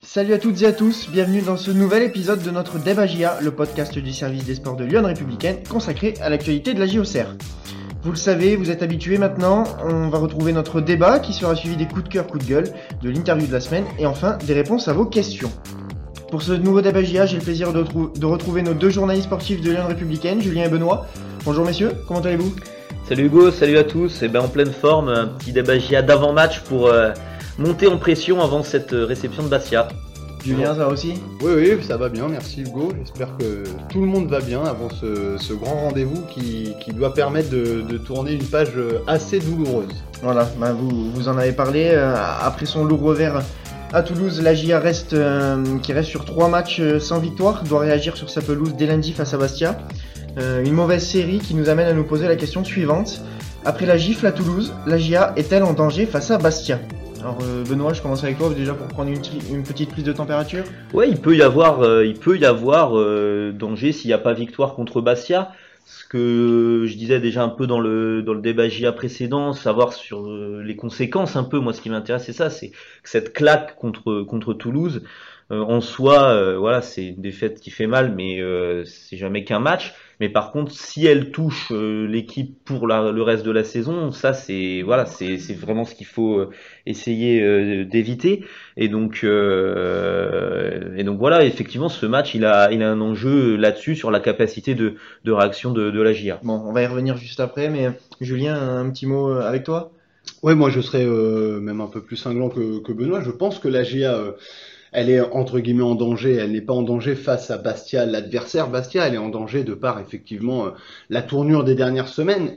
Salut à toutes et à tous, bienvenue dans ce nouvel épisode de notre Débat JA, le podcast du service des sports de Lyon Républicaine consacré à l'actualité de la JOCR. Vous le savez, vous êtes habitués maintenant, on va retrouver notre débat qui sera suivi des coups de cœur, coups de gueule, de l'interview de la semaine et enfin des réponses à vos questions. Pour ce nouveau Débat JA, j'ai le plaisir de retrouver nos deux journalistes sportifs de Lyon Républicaine, Julien et Benoît. Bonjour messieurs, comment allez-vous ? Salut Hugo, salut à tous, en pleine forme, un petit débat JA d'avant-match pour monter en pression avant cette réception de Bastia. Julien, ça va aussi ? Oui, ça va bien, merci Hugo. J'espère que tout le monde va bien avant ce grand rendez-vous qui doit permettre de tourner une page assez douloureuse. Voilà, vous en avez parlé, après son lourd revers à Toulouse, la JA qui reste sur 3 matchs sans victoire, doit réagir sur sa pelouse dès lundi face à Bastia. Une mauvaise série qui nous amène à nous poser la question suivante. Après la gifle à Toulouse, la JA est-elle en danger face à Bastia ? Alors Benoît, je commence avec toi déjà pour prendre une petite prise de température. Ouais, il peut y avoir danger s'il n'y a pas victoire contre Bastia. Ce que je disais déjà un peu dans le débat JA précédent, savoir sur les conséquences un peu. Moi, ce qui m'intéresse, c'est ça, c'est que cette claque contre Toulouse, en soi, voilà, c'est une défaite qui fait mal, mais c'est jamais qu'un match. Mais par contre, si elle touche l'équipe pour le reste de la saison, ça c'est vraiment ce qu'il faut essayer d'éviter. Et donc voilà, effectivement, ce match, il a un enjeu là-dessus sur la capacité de réaction de la JA. Bon, on va y revenir juste après, mais Julien, un petit mot avec toi ? Ouais, moi je serais même un peu plus cinglant que Benoît. Je pense que la GIA, elle est entre guillemets en danger. Elle n'est pas en danger face à Bastia, l'adversaire Bastia. Elle est en danger de par effectivement la tournure des dernières semaines.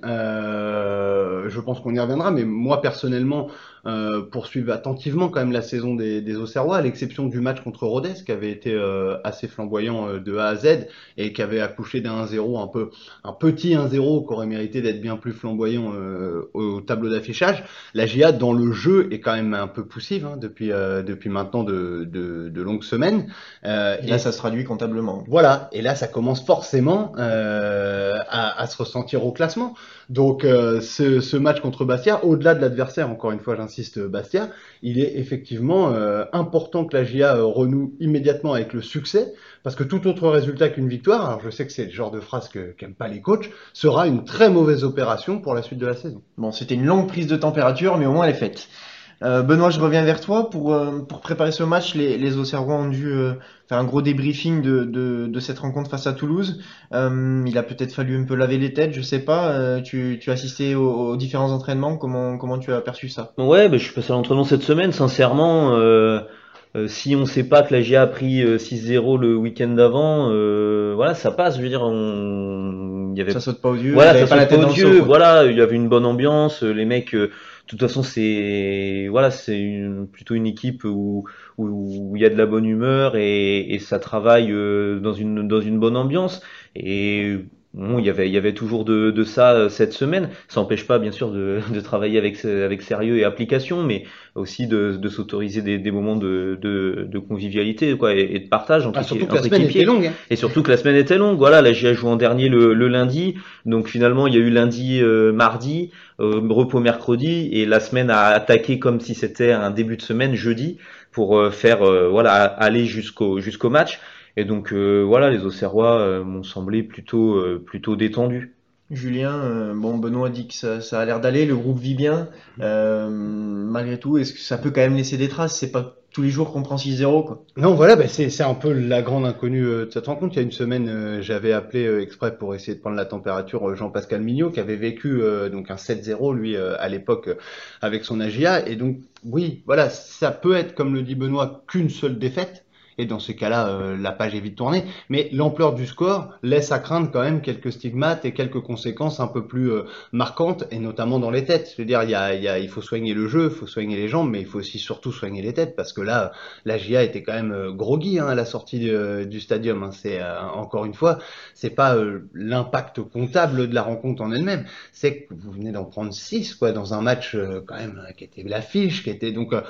Je pense qu'on y reviendra, mais moi personnellement, poursuivre attentivement quand même la saison des Auxerrois, à l'exception du match contre Rodez, qui avait été assez flamboyant de A à Z et qui avait accouché d'un 1-0 un petit 1-0 qui aurait mérité d'être bien plus flamboyant au tableau d'affichage. La GIA dans le jeu est quand même un peu poussive depuis maintenant de longues semaines. Et là, ça se traduit comptablement. Voilà, et là, ça commence forcément à se ressentir au classement. Donc, ce match contre Bastia, au-delà de l'adversaire, encore une fois, j'insiste, Bastia, il est effectivement important que la GIA renoue immédiatement avec le succès, parce que tout autre résultat qu'une victoire, alors je sais que c'est le genre de phrase qu'aiment pas les coachs, sera une très mauvaise opération pour la suite de la saison. Bon, c'était une longue prise de température, mais au moins elle est faite. Benoît, je reviens vers toi pour préparer ce match. Les Auxerrois ont dû faire un gros débriefing de cette rencontre face à Toulouse. Il a peut-être fallu un peu laver les têtes, je sais pas. Tu as assisté aux différents entraînements. Comment tu as perçu ça ? Ouais, je suis passé à l'entraînement cette semaine. Sincèrement, si on sait pas que la GIA a pris 6-0 le week-end d'avant, voilà, ça passe. Je veux dire, ça saute pas aux yeux. Voilà, ça saute pas aux yeux. Voilà, il y avait une bonne ambiance. Les mecs. De toute façon, c'est plutôt une équipe où il y a de la bonne humeur et ça travaille dans une bonne ambiance. Et bon, il y avait toujours de ça cette semaine. Ça n'empêche pas, bien sûr, de travailler avec sérieux et application, mais aussi de s'autoriser des moments de convivialité, quoi, et de partage entre surtout que la semaine était longue. Et surtout que la semaine était longue. Voilà, là, j'y ai joué en dernier le lundi. Donc finalement, il y a eu lundi, mardi, repos mercredi, et la semaine a attaqué comme si c'était un début de semaine jeudi pour aller jusqu'au match. Et donc voilà, les Auxerrois m'ont semblé plutôt détendus. Julien, Benoît dit que ça a l'air d'aller, le groupe vit bien. Malgré tout, est-ce que ça peut quand même laisser des traces ? C'est pas tous les jours qu'on prend 6-0, quoi. Non, voilà, c'est un peu la grande inconnue de cette rencontre. Il y a une semaine, j'avais appelé exprès pour essayer de prendre la température Jean-Pascal Mignot, qui avait vécu donc un 7-0 lui à l'époque avec son AGA. Et donc oui, voilà, ça peut être, comme le dit Benoît, qu'une seule défaite. Et dans ces cas-là, la page est vite tournée. Mais l'ampleur du score laisse à craindre quand même quelques stigmates et quelques conséquences un peu plus marquantes, et notamment dans les têtes. Je veux dire, il faut soigner le jeu, il faut soigner les jambes, mais il faut aussi surtout soigner les têtes, parce que là, la GIA était quand même groggy à la sortie du stadium. C'est encore une fois, c'est pas l'impact comptable de la rencontre en elle-même, c'est que vous venez d'en prendre 6 quoi, dans un match quand même qui était l'affiche, qui était donc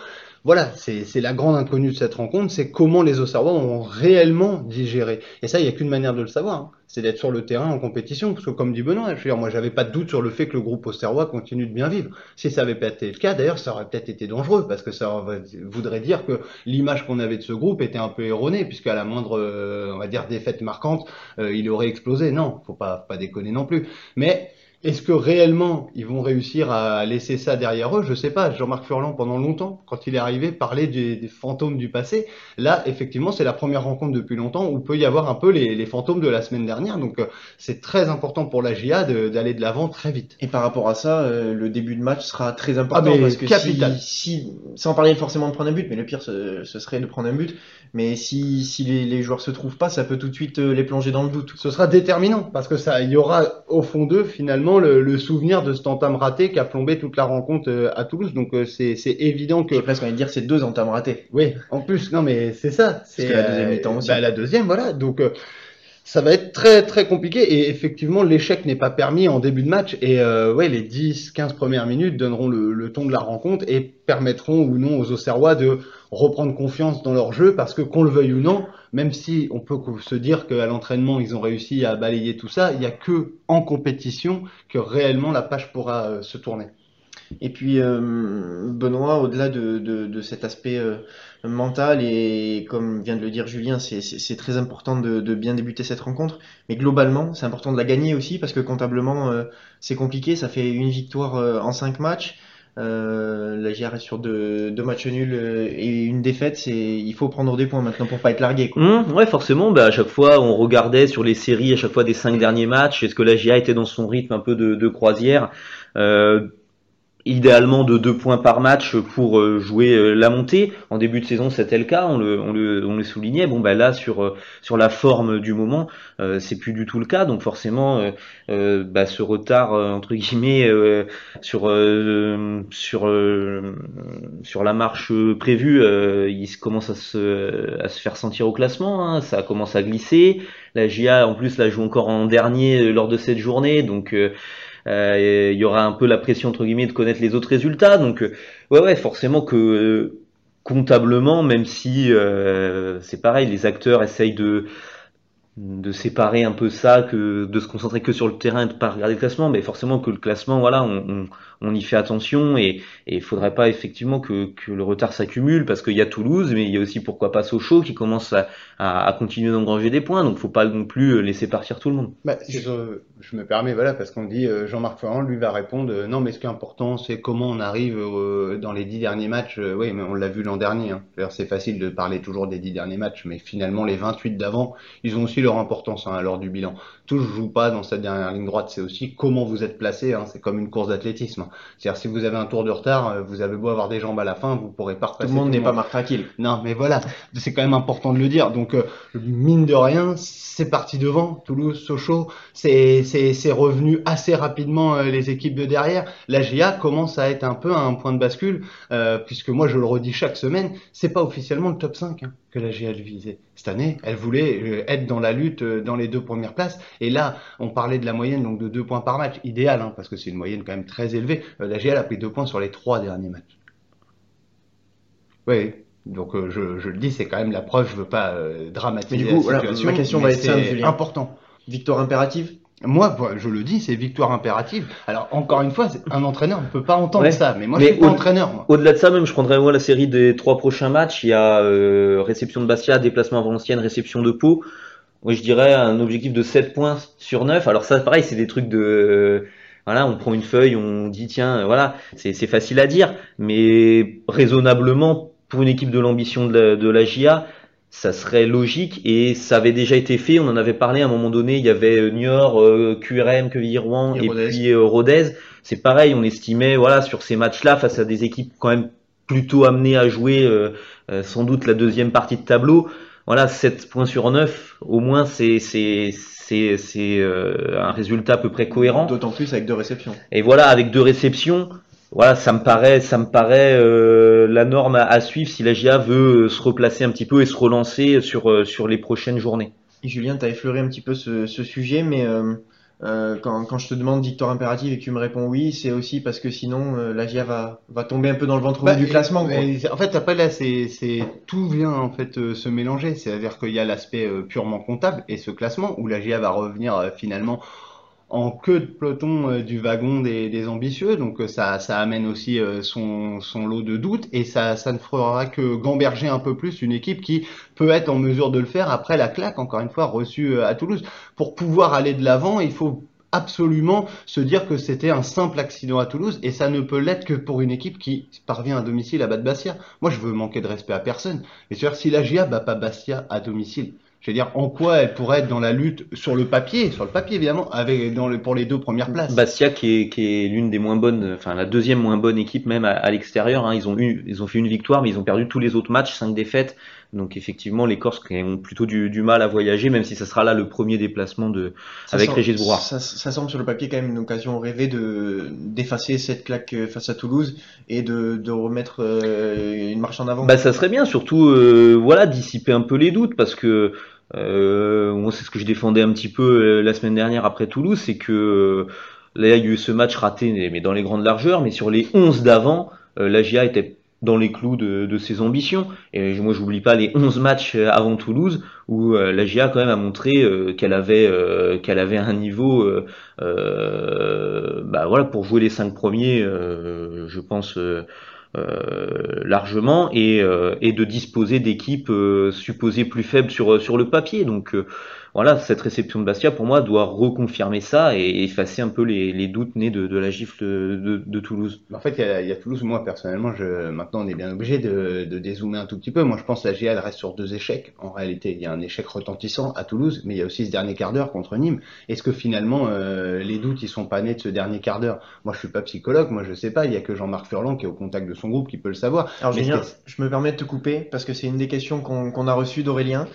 voilà, c'est la grande inconnue de cette rencontre, c'est comment les Auxerrois ont réellement digéré. Et ça, il n'y a qu'une manière de le savoir, hein, c'est d'être sur le terrain en compétition. Parce que comme dit Benoît, je veux dire, moi, j'avais pas de doute sur le fait que le groupe Auxerrois continue de bien vivre. Si ça avait pas été le cas, d'ailleurs, ça aurait peut-être été dangereux, parce que ça voudrait dire que l'image qu'on avait de ce groupe était un peu erronée, puisqu'à la moindre, on va dire, défaite marquante, il aurait explosé. Non, faut pas déconner non plus. Mais est-ce que réellement ils vont réussir à laisser ça derrière eux? Je sais pas. Jean-Marc Furlan, pendant longtemps, quand il est arrivé, parlait des fantômes du passé. Là, effectivement, c'est la première rencontre depuis longtemps où peut y avoir un peu les fantômes de la semaine dernière. Donc, c'est très important pour la GIA d'aller de l'avant très vite. Et par rapport à ça, le début de match sera très important mais parce que capital. sans parler forcément de prendre un but, mais le pire ce serait de prendre un but. Mais si les joueurs se trouvent pas, ça peut tout de suite les plonger dans le doute. Ce sera déterminant parce que il y aura au fond d'eux finalement le souvenir de cet entame raté qui a plombé toute la rencontre à Toulouse. Donc c'est évident que J'ai presque envie de dire c'est 2 entames ratés. oui, en plus non mais c'est ça. C'est que la deuxième mi-temps aussi. La deuxième, voilà. Donc ça va être très très compliqué et effectivement l'échec n'est pas permis en début de match et ouais les 10-15 premières minutes donneront le ton de la rencontre et permettront ou non aux Auxerrois de reprendre confiance dans leur jeu parce que qu'on le veuille ou non, même si on peut se dire qu'à l'entraînement ils ont réussi à balayer tout ça, il n'y a que en compétition que réellement la page pourra se tourner. Et puis Benoît, au-delà de cet aspect mental et comme vient de le dire Julien, c'est très important de bien débuter cette rencontre. Mais globalement, c'est important de la gagner aussi parce que comptablement c'est compliqué. Ça fait une victoire en 5 matchs. La GIA reste sur deux matchs nuls et une défaite. Il faut prendre des points maintenant pour pas être largué, quoi. Ouais, forcément. Bah, à chaque fois, on regardait sur les séries, à chaque fois des 5 derniers matchs. Est-ce que la GIA était dans son rythme un peu de croisière? Idéalement de 2 points par match pour jouer la montée. En début de saison, c'était le cas, on le soulignait. Bon, bah là, sur la forme du moment, c'est plus du tout le cas. Donc forcément, bah, ce retard entre guillemets sur la marche prévue, il commence à se faire sentir au classement. Hein. Ça commence à glisser. La GIA, en plus, la joue encore en dernier lors de cette journée, donc il y aura un peu la pression entre guillemets de connaître les autres résultats. Donc ouais, forcément que comptablement, même si c'est pareil, les acteurs essayent de séparer un peu ça, que de se concentrer que sur le terrain et de pas regarder le classement, mais forcément que le classement, voilà, on y fait attention et il faudrait pas effectivement que le retard s'accumule parce qu'il y a Toulouse, mais il y a aussi pourquoi pas Sochaux qui commence à continuer d'engranger des points, donc faut pas non plus laisser partir tout le monde. Bah, je me permets, voilà, parce qu'on dit Jean-Marc Ferrand, lui va répondre non, mais ce qui est important, c'est comment on arrive dans les 10 derniers matchs. Oui, mais on l'a vu l'an dernier. Hein. C'est facile de parler toujours des 10 derniers matchs, mais finalement les 28 d'avant, ils ont aussi leur importance hein, lors du bilan. Tout se joue pas dans cette dernière ligne droite, c'est aussi comment vous êtes placé. Hein. C'est comme une course d'athlétisme. Hein. C'est-à-dire si vous avez un tour de retard, vous avez beau avoir des jambes à la fin, vous pourrez pas repasser. Tout le monde n'est pas Marc Raquil. Non, mais voilà, c'est quand même important de le dire. Donc mine de rien, c'est parti devant. Toulouse, Sochaux, c'est revenu assez rapidement les équipes de derrière. La GIA commence à être un peu à un point de bascule, puisque moi je le redis chaque semaine, c'est pas officiellement le top 5 hein, que la GIA visait. Cette année, elle voulait être dans la lutte dans les 2 premières places. Et là, on parlait de la moyenne donc de 2 points par match, idéal, hein, parce que c'est une moyenne quand même très élevée. La GIA a pris 2 points sur les 3 derniers matchs. Oui. Donc je le dis, c'est quand même la preuve, je veux pas dramatiser mais du coup, la situation. Ma question va être simple, Julien. Important. Victoire impérative? Moi, je le dis, c'est victoire impérative. Alors, encore une fois, un entraîneur ne peut pas entendre ça, mais moi, je suis pas entraîneur. Moi. Au-delà de ça, même, je prendrais moi la série des 3 prochains matchs. Il y a réception de Bastia, déplacement à Valenciennes, réception de Pau. Moi, je dirais un objectif de 7 points sur 9. Alors ça, pareil, c'est des trucs de... Voilà, on prend une feuille, on dit tiens, voilà, c'est facile à dire, mais raisonnablement, pour une équipe de l'ambition de la GIA, ça serait logique et ça avait déjà été fait. On en avait parlé à un moment donné. Il y avait Niort, QRM, Quevilly-Rouen et puis Rodez. C'est pareil. On estimait, voilà, sur ces matchs-là, face à des équipes quand même plutôt amenées à jouer sans doute la deuxième partie de tableau. Voilà, 7 points sur 9, au moins c'est un résultat à peu près cohérent. D'autant plus avec 2 réceptions. Et voilà, avec 2 réceptions. Voilà, ça me paraît la norme à suivre si la GIA veut se replacer un petit peu et se relancer sur les prochaines journées. Et Julien, tu as effleuré un petit peu ce sujet, mais Quand je te demande victoire impérative et que tu me réponds oui, c'est aussi parce que sinon la GIA va tomber un peu dans le ventre mou du classement, quoi. En fait, après là, tout vient en fait se mélanger. C'est-à-dire qu'il y a l'aspect purement comptable et ce classement où la GIA va revenir finalement en queue de peloton du wagon des ambitieux. Donc ça amène aussi son lot de doutes et ça ne fera que gamberger un peu plus une équipe qui peut être en mesure de le faire après la claque, encore une fois, reçue à Toulouse. Pour pouvoir aller de l'avant, il faut absolument se dire que c'était un simple accident à Toulouse et ça ne peut l'être que pour une équipe qui parvient à domicile à battre Bastia. Moi, je veux manquer de respect à personne. Et c'est-à-dire, si la GIA bat pas Bastia à domicile, je veux dire, en quoi elle pourrait être dans la lutte sur le papier évidemment, pour les deux premières places. Bastia qui est l'une des moins bonnes, enfin la deuxième moins bonne équipe même à l'extérieur. Hein. Ils ont fait une victoire, mais ils ont perdu tous les autres matchs, 5 défaites. Donc effectivement, les Corses ont plutôt du mal à voyager, même si ça sera là le premier déplacement avec Régis Brouard. Ça semble sur le papier quand même une occasion rêvée d'effacer cette claque face à Toulouse et de remettre une marche en avant. Bah ça serait bien, surtout voilà, dissiper un peu les doutes, parce que moi c'est ce que je défendais un petit peu la semaine dernière après Toulouse, c'est que là il y a eu ce match raté, mais dans les grandes largeurs, mais sur les 11 d'avant, la GIA était dans les clous de ses ambitions. Et moi j'oublie pas les 11 matchs avant Toulouse où la GIA quand même a montré qu'elle avait un niveau bah voilà, pour jouer les 5 premiers, je pense largement, et de disposer d'équipes supposées plus faibles sur le papier. Donc voilà, cette réception de Bastia pour moi doit reconfirmer ça et effacer un peu les doutes nés de la gifle de Toulouse. En fait, il y a Toulouse. Moi, personnellement, maintenant, on est bien obligé de dézoomer un tout petit peu. Moi, je pense que la GIA elle reste sur 2 échecs. En réalité, il y a un échec retentissant à Toulouse, mais il y a aussi ce dernier quart d'heure contre Nîmes. Est-ce que finalement, les doutes, ils sont pas nés de ce dernier quart d'heure? Moi, je suis pas psychologue. Moi, je sais pas. Il y a que Jean-Marc Furlan qui est au contact de son groupe qui peut le savoir. Alors Julien, je me permets de te couper parce que c'est une des questions qu'on a reçues d'Aurélien.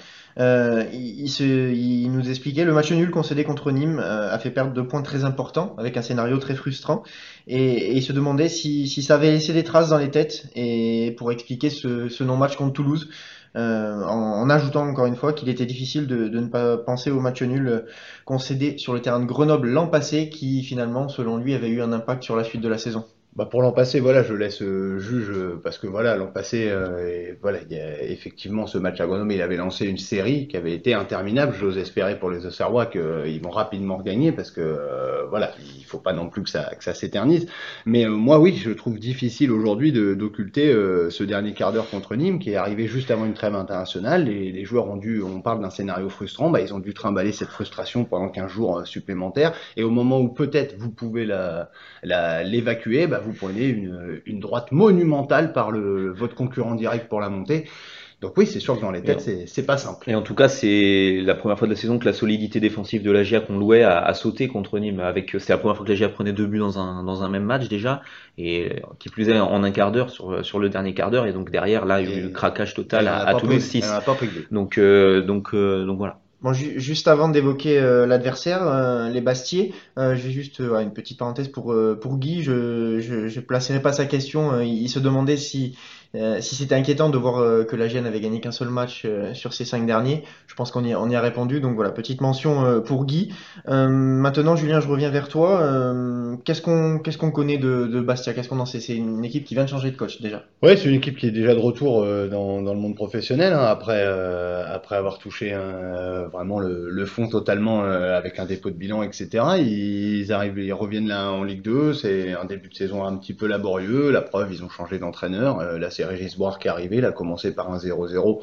Il nous expliquait le match nul concédé contre Nîmes a fait perdre 2 points très importants avec un scénario très frustrant et il se demandait si ça avait laissé des traces dans les têtes et pour expliquer ce non-match contre Toulouse en ajoutant encore une fois qu'il était difficile de ne pas penser au match nul concédé sur le terrain de Grenoble l'an passé qui finalement selon lui avait eu un impact sur la suite de la saison. Bah pour l'an passé, voilà, je laisse juge parce que voilà, l'an passé, voilà, il y a effectivement ce match à Grenoble, il avait lancé une série qui avait été interminable. J'ose espérer pour les Auxerrois qu'ils vont rapidement regagner parce que voilà, il faut pas non plus que ça s'éternise. Mais moi, oui, je trouve difficile aujourd'hui d'occulter ce dernier quart d'heure contre Nîmes qui est arrivé juste avant une trêve internationale. Les joueurs on parle d'un scénario frustrant, bah ils ont dû trimballer cette frustration pendant 15 jours supplémentaires. Et au moment où peut-être vous pouvez l'évacuer, bah vous prenez une droite monumentale par votre concurrent direct pour la montée. Donc oui, c'est sûr que dans les têtes, c'est pas simple. Et en tout cas, c'est la première fois de la saison que la solidité défensive de la GIA qu'on louait a sauté contre Nîmes. C'est la première fois que la GIA prenait 2 buts dans un même match déjà, et qui plus est en un quart d'heure sur le dernier quart d'heure. Et donc derrière, là, il y a eu le craquage total à Toulouse 6. Donc voilà. Bon, juste avant d'évoquer l'adversaire, les Bastiers, je vais juste une petite parenthèse pour Guy. Je placerai pas sa question. Il se demandait si c'était inquiétant de voir que la GIA n'avait gagné qu'un seul match sur ces 5 derniers. Je pense qu'on y a répondu. Donc voilà, petite mention pour Guy. Maintenant, Julien, je reviens vers toi. Qu'est-ce qu'on connaît de Bastia? Qu'est-ce qu'on en sait? C'est une équipe qui vient de changer de coach déjà. Ouais, c'est une équipe qui est déjà de retour dans le monde professionnel hein, après avoir touché vraiment le fond totalement avec un dépôt de bilan, etc. Ils reviennent là en Ligue 2. C'est un début de saison un petit peu laborieux. La preuve, ils ont changé d'entraîneur. Là, c'est Régis Brouard qui est arrivé. Il a commencé par un 0-0.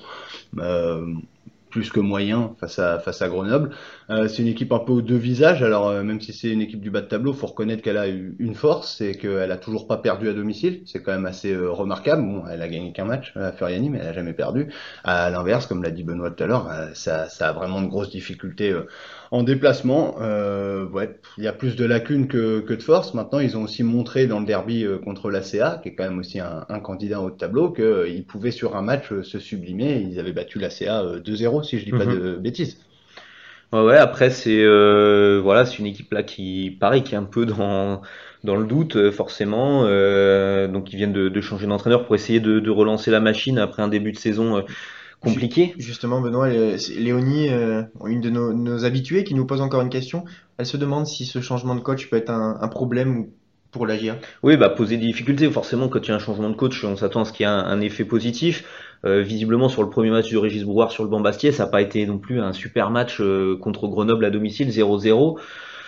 Plus que moyen face à Grenoble. C'est une équipe un peu aux 2 visages. Alors même si c'est une équipe du bas de tableau, faut reconnaître qu'elle a eu une force, c'est qu'elle a toujours pas perdu à domicile. C'est quand même assez remarquable. Bon, elle a gagné qu'un match à Furiani, mais elle a jamais perdu. À l'inverse, comme l'a dit Benoît tout à l'heure, ça a vraiment de grosses difficultés en déplacement. Ouais, il y a plus de lacunes que de force. Maintenant, ils ont aussi montré dans le derby contre l'ACA, qui est quand même aussi un candidat en haut de tableau, qu'ils pouvaient sur un match se sublimer. Ils avaient battu l'ACA 2-0, si je dis pas de bêtises. Ouais, après c'est voilà, c'est une équipe là qui est un peu dans le doute forcément, donc ils viennent de changer d'entraîneur pour essayer de relancer la machine après un début de saison compliqué. Justement, Benoît, Léonie, une de nos habitués, qui nous pose encore une question. Elle se demande si ce changement de coach peut être un problème pour la GIA. Oui, bah poser des difficultés. Forcément, quand il y a un changement de coach, on s'attend à ce qu'il y ait un effet positif. Visiblement, sur le premier match du Régis Brouard sur le banc Bastiais, ça n'a pas été non plus un super match contre Grenoble à domicile, 0-0.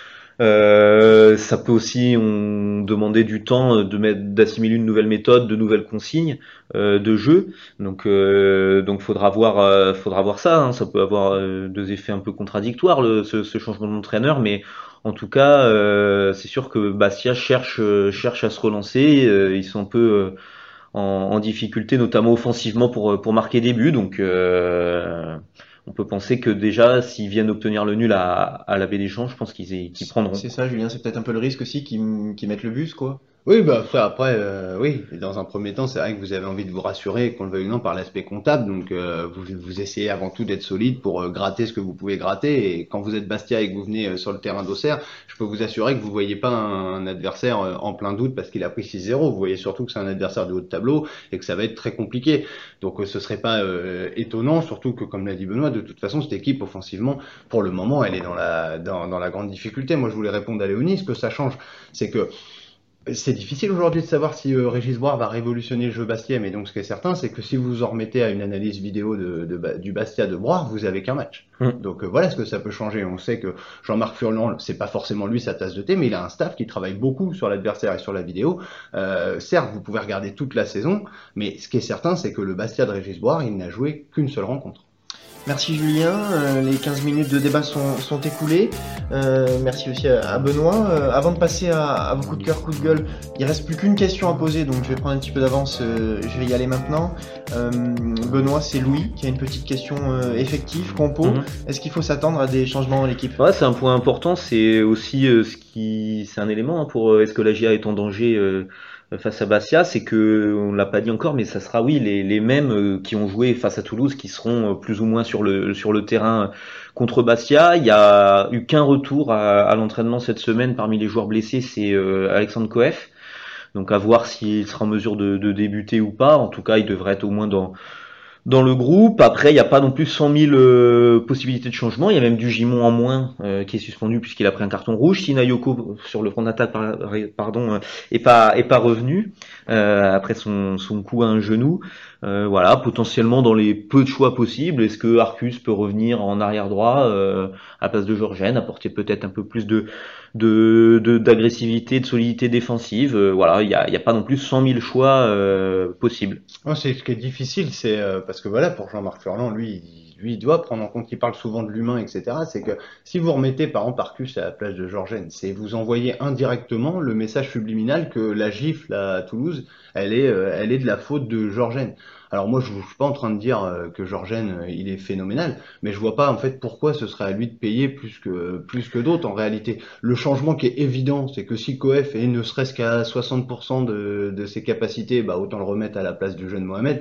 Ça peut aussi demander du temps d'assimiler une nouvelle méthode, de nouvelles consignes de jeu. Donc faudra voir ça. Hein. Ça peut avoir deux effets un peu contradictoires ce changement d'entraîneur, mais en tout cas, c'est sûr que Bastia cherche à se relancer. Ils sont un peu en difficulté, notamment offensivement pour marquer des buts. Donc on peut penser que déjà, s'ils viennent obtenir le nul à la Baie des Champs, je pense qu'ils prendront. C'est ça, Julien, c'est peut-être un peu le risque aussi qu'ils mettent le bus, quoi. Oui, bah après, oui, dans un premier temps, c'est vrai que vous avez envie de vous rassurer, qu'on le veuille ou non, par l'aspect comptable. Donc, vous essayez avant tout d'être solide pour gratter ce que vous pouvez gratter. Et quand vous êtes Bastia et que vous venez sur le terrain d'Auxerre, je peux vous assurer que vous voyez pas un adversaire en plein doute parce qu'il a pris 6-0. Vous voyez surtout que c'est un adversaire de haut de tableau et que ça va être très compliqué. Donc, ce serait pas étonnant, surtout que, comme l'a dit Benoît, de toute façon, cette équipe offensivement, pour le moment, elle est dans la grande difficulté. Moi, je voulais répondre à Léonie. Ce que ça change, c'est que c'est difficile aujourd'hui de savoir si Régis Brouard va révolutionner le jeu Bastia, mais donc ce qui est certain, c'est que si vous vous en remettez à une analyse vidéo du Bastia de Brouard, vous avez qu'un match. Donc voilà ce que ça peut changer. On sait que Jean-Marc Furlan, c'est pas forcément lui sa tasse de thé, mais il a un staff qui travaille beaucoup sur l'adversaire et sur la vidéo. Certes, vous pouvez regarder toute la saison, mais ce qui est certain, c'est que le Bastia de Régis Brouard, il n'a joué qu'une seule rencontre. Merci Julien, les 15 minutes de débat sont écoulées. Merci aussi à Benoît. Avant de passer à vos coups de cœur, coups de gueule, il reste plus qu'une question à poser, donc je vais prendre un petit peu d'avance, je vais y aller maintenant. Benoît, c'est Louis qui a une petite question effective, compo. Est-ce qu'il faut s'attendre à des changements dans l'équipe ? Ouais, c'est un point important, c'est aussi c'est un élément pour est-ce que la GIA est en danger face à Bastia, c'est que on l'a pas dit encore, mais ça sera les mêmes qui ont joué face à Toulouse, qui seront plus ou moins sur le terrain contre Bastia. Il y a eu qu'un retour à l'entraînement cette semaine parmi les joueurs blessés, c'est Alexandre Coef. Donc à voir s'il sera en mesure de débuter ou pas. En tout cas, il devrait être au moins dans le groupe. Après, il n'y a pas non plus 100 000 possibilités de changement. Il y a même du Gimon en moins qui est suspendu puisqu'il a pris un carton rouge. Sinayoko sur le front d'attaque, est pas revenu après son coup à un genou. Voilà, potentiellement dans les peu de choix possibles. Est-ce que Arcus peut revenir en arrière droit à la place de Georgen, apporter peut-être un peu plus d'agressivité, de solidité défensive. Voilà, il y a pas non plus 100 000 choix possibles. Ouais, c'est ce qui est difficile, c'est parce que voilà, pour Jean-Marc Furlan, lui, il doit prendre en compte, il parle souvent de l'humain, etc. C'est que si vous remettez par exemple Arcus à la place de Georgen, c'est vous envoyez indirectement le message subliminal que la gifle à Toulouse, elle est de la faute de Georgen. Alors moi, je suis pas en train de dire que Georgen il est phénoménal, mais je vois pas en fait pourquoi ce serait à lui de payer plus que d'autres. En réalité, le changement qui est évident, c'est que si Coef est ne serait-ce qu'à 60% de ses capacités, bah autant le remettre à la place du jeune Mohamed.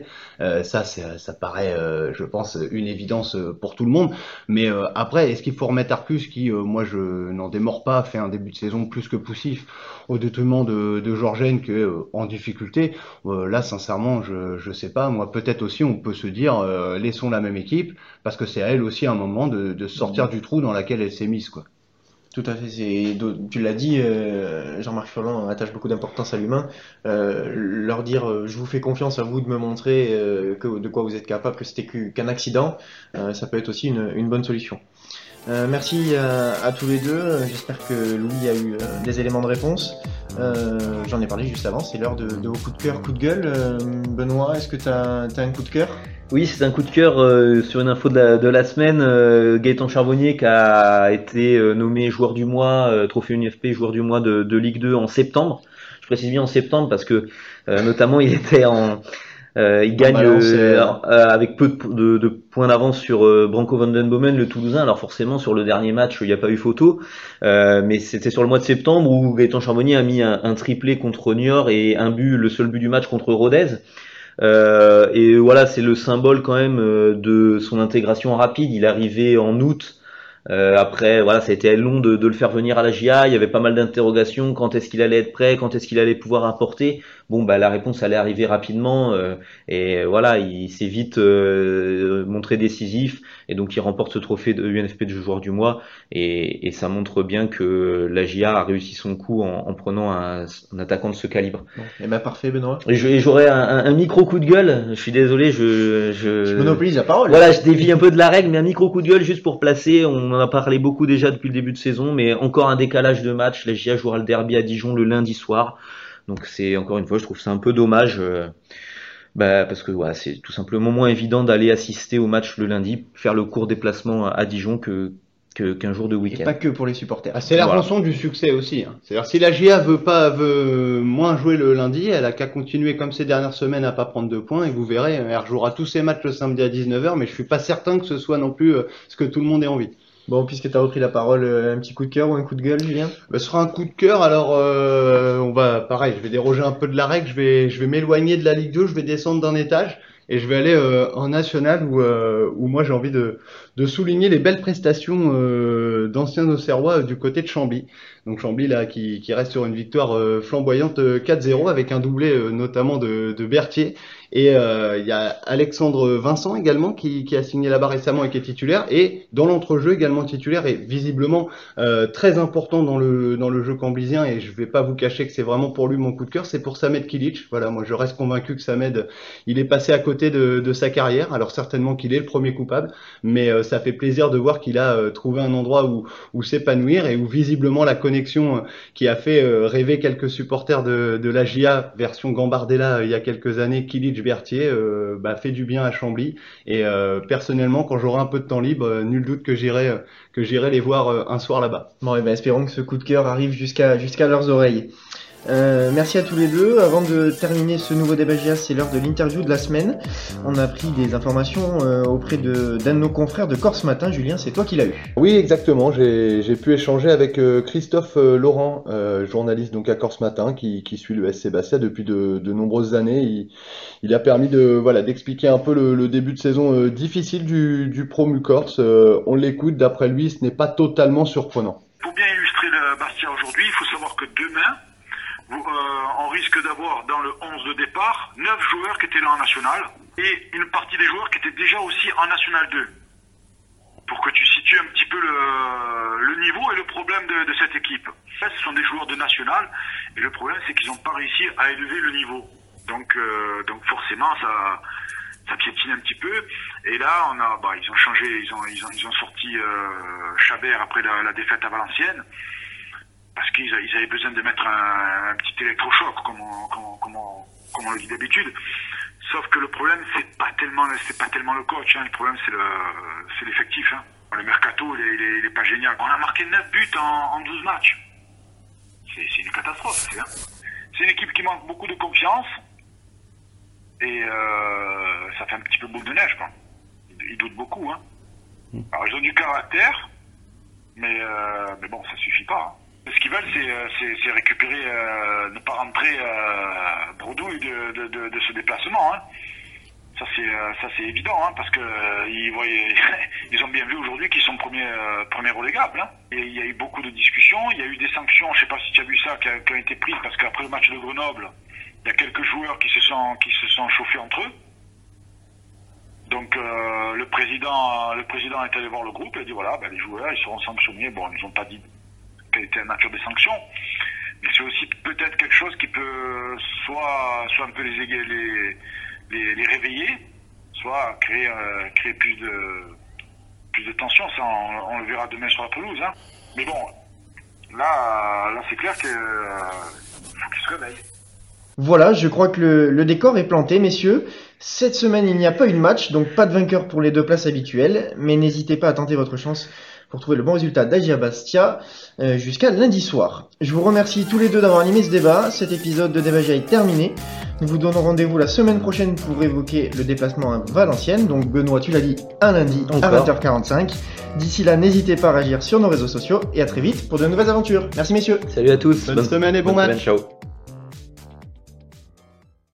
Ça paraît, je pense, une évidence pour tout le monde. Mais après, est-ce qu'il faut remettre Arcus qui, moi, je n'en démords pas, fait un début de saison plus que poussif au détriment de Georgen qui est en difficulté. Là, sincèrement, je sais pas. Moi, peut-être aussi, on peut se dire, laissons la même équipe, parce que c'est à elle aussi un moment de sortir du trou dans lequel elle s'est mise, quoi. Tout à fait, tu l'as dit, Jean-Marc Furlan attache beaucoup d'importance à l'humain. Leur dire, je vous fais confiance à vous de me montrer de quoi vous êtes capable, que c'était qu'un accident, ça peut être aussi une bonne solution. Merci à tous les deux. J'espère que Louis a eu des éléments de réponse. J'en ai parlé juste avant, c'est l'heure de vos coups de cœur, coups de gueule. Benoît, est-ce que tu as un coup de cœur ? Oui, c'est un coup de cœur sur une info de la semaine. Gaëtan Charbonnier qui a été nommé joueur du mois, trophée UNFP joueur du mois de Ligue 2 en septembre. Je précise bien en septembre parce que notamment il était il gagne avec peu de points d'avance sur Branko Vandenbomen, le Toulousain. Alors forcément, sur le dernier match, il n'y a pas eu photo. Mais c'était sur le mois de septembre où Gaëtan Charbonnier a mis un triplé contre Niort et un but, le seul but du match contre Rodez. Et voilà, c'est le symbole quand même de son intégration rapide. Il est arrivé en août Après, voilà, ça a été long de le faire venir à la GIA. Il y avait pas mal d'interrogations. Quand est-ce qu'il allait être prêt? Quand est-ce qu'il allait pouvoir apporter? Bon, bah, la réponse allait arriver rapidement. Et voilà, il s'est vite montré décisif. Et donc, il remporte ce trophée de UNFP de joueur du mois. Et ça montre bien que la GIA a réussi son coup en prenant un attaquant de ce calibre. Bon. Et ben parfait, Benoît. Et j'aurais un micro coup de gueule. Je suis désolé, Je monopolise la parole. Voilà, je dévie un peu de la règle, mais un micro coup de gueule juste pour placer. On en a parlé beaucoup déjà depuis le début de saison, mais encore un décalage de match. La GIA jouera le derby à Dijon le lundi soir. Donc c'est encore une fois, je trouve ça un peu dommage. Parce que voilà, c'est tout simplement moins évident d'aller assister au match le lundi, faire le court déplacement à Dijon qu'un jour de Et week-end. pas que pour les supporters. Ah, c'est la rançon du succès aussi. Hein. C'est-à-dire si la GIA veut moins jouer le lundi, elle a qu'à continuer comme ces dernières semaines à pas prendre de points et vous verrez, elle rejouera tous ses matchs le samedi à 19h, mais je suis pas certain que ce soit non plus ce que tout le monde ait envie. Bon, puisque tu as repris la parole, un petit coup de cœur ou un coup de gueule, Julien? Ce sera un coup de cœur. Alors, je vais déroger un peu de la règle. Je vais m'éloigner de la Ligue 2. Je vais descendre d'un étage et je vais aller en national où moi j'ai envie de souligner les belles prestations d'anciens Auxerrois du côté de Chambly. Donc Chambly là qui reste sur une victoire flamboyante 4-0 avec un doublé notamment de Berthier. Et il y a Alexandre Vincent également qui a signé là-bas récemment et qui est titulaire, et dans l'entrejeu également titulaire et visiblement très important dans le jeu camblisien, et je vais pas vous cacher que c'est vraiment pour lui mon coup de cœur, c'est pour Samed Kilic. Voilà, moi je reste convaincu que Samed il est passé à côté de sa carrière, alors certainement qu'il est le premier coupable, mais ça fait plaisir de voir qu'il a trouvé un endroit où s'épanouir et où visiblement la connexion qui a fait rêver quelques supporters de la GIA version Gambardella il y a quelques années, Kilic Berthier, fait du bien à Chambly, et personnellement quand j'aurai un peu de temps libre, nul doute que j'irai les voir un soir là-bas. Bon, et ben espérons que ce coup de cœur arrive jusqu'à leurs oreilles. Merci à tous les deux. Avant de terminer ce nouveau débat GIA, c'est l'heure de l'interview de la semaine. On a pris des informations auprès d'un de nos confrères de Corse Matin. Julien, c'est toi qui l'as eu. Oui, exactement. J'ai pu échanger avec Christophe Laurent, journaliste donc à Corse Matin, qui suit le SC Bastia depuis de nombreuses années. Il a permis d'expliquer un peu le début de saison difficile du Promu Corse. On l'écoute. D'après lui, ce n'est pas totalement surprenant. Pour bien illustrer le Bastia aujourd'hui, il faut savoir que demain, on risque d'avoir dans le 11 de départ 9 joueurs qui étaient là en national et une partie des joueurs qui étaient déjà aussi en national 2. Pour que tu situes un petit peu le niveau et le problème de cette équipe. Ce sont des joueurs de national et le problème c'est qu'ils n'ont pas réussi à élever le niveau. Donc forcément ça piétine un petit peu. Et là ils ont changé, ils ont sorti Chabert après la défaite à Valenciennes. Parce qu'ils avaient besoin de mettre un petit électrochoc, comme on le dit d'habitude. Sauf que le problème, c'est pas tellement le coach, hein. Le problème, c'est l'effectif, hein. Le mercato, il est pas génial. On a marqué 9 buts en 12 matchs. C'est une catastrophe, hein. C'est une équipe qui manque beaucoup de confiance. Et ça fait un petit peu boule de neige, quoi. Ils doutent beaucoup, hein. Alors, ils ont du caractère, mais bon, ça suffit pas, hein. Ce qu'ils veulent, c'est récupérer, ne pas rentrer bredouille de ce déplacement, hein. Ça c'est évident, hein, parce que ils ont bien vu aujourd'hui qu'ils sont premiers relégables, hein. Et il y a eu beaucoup de discussions, il y a eu des sanctions, je sais pas si tu as vu ça, qui ont été prises parce qu'après le match de Grenoble, il y a quelques joueurs qui se sont chauffés entre eux. Donc le président est allé voir le groupe et a dit voilà, les joueurs ils seront sanctionnés. Bon, ils n'ont pas dit quelle était la nature des sanctions, mais c'est aussi peut-être quelque chose qui peut soit un peu les réveiller, soit créer plus de tension. Ça on le verra demain sur la pelouse, hein. Mais bon, là c'est clair que faut qu'ils se réveillent. Voilà, je crois que le décor est planté, messieurs. Cette semaine, il n'y a pas eu de match, donc pas de vainqueur pour les deux places habituelles, mais n'hésitez pas à tenter votre chance pour trouver le bon résultat d'Agia Bastia jusqu'à lundi soir. Je vous remercie tous les deux d'avoir animé ce débat. Cet épisode de Débat GIA est terminé. Nous vous donnons rendez-vous la semaine prochaine pour évoquer le déplacement à Valenciennes. Donc Benoît, tu l'as dit, un lundi à 20h45. D'ici là, n'hésitez pas à réagir sur nos réseaux sociaux et à très vite pour de nouvelles aventures. Merci messieurs. Salut à tous. Bonne semaine et bon match. Ciao.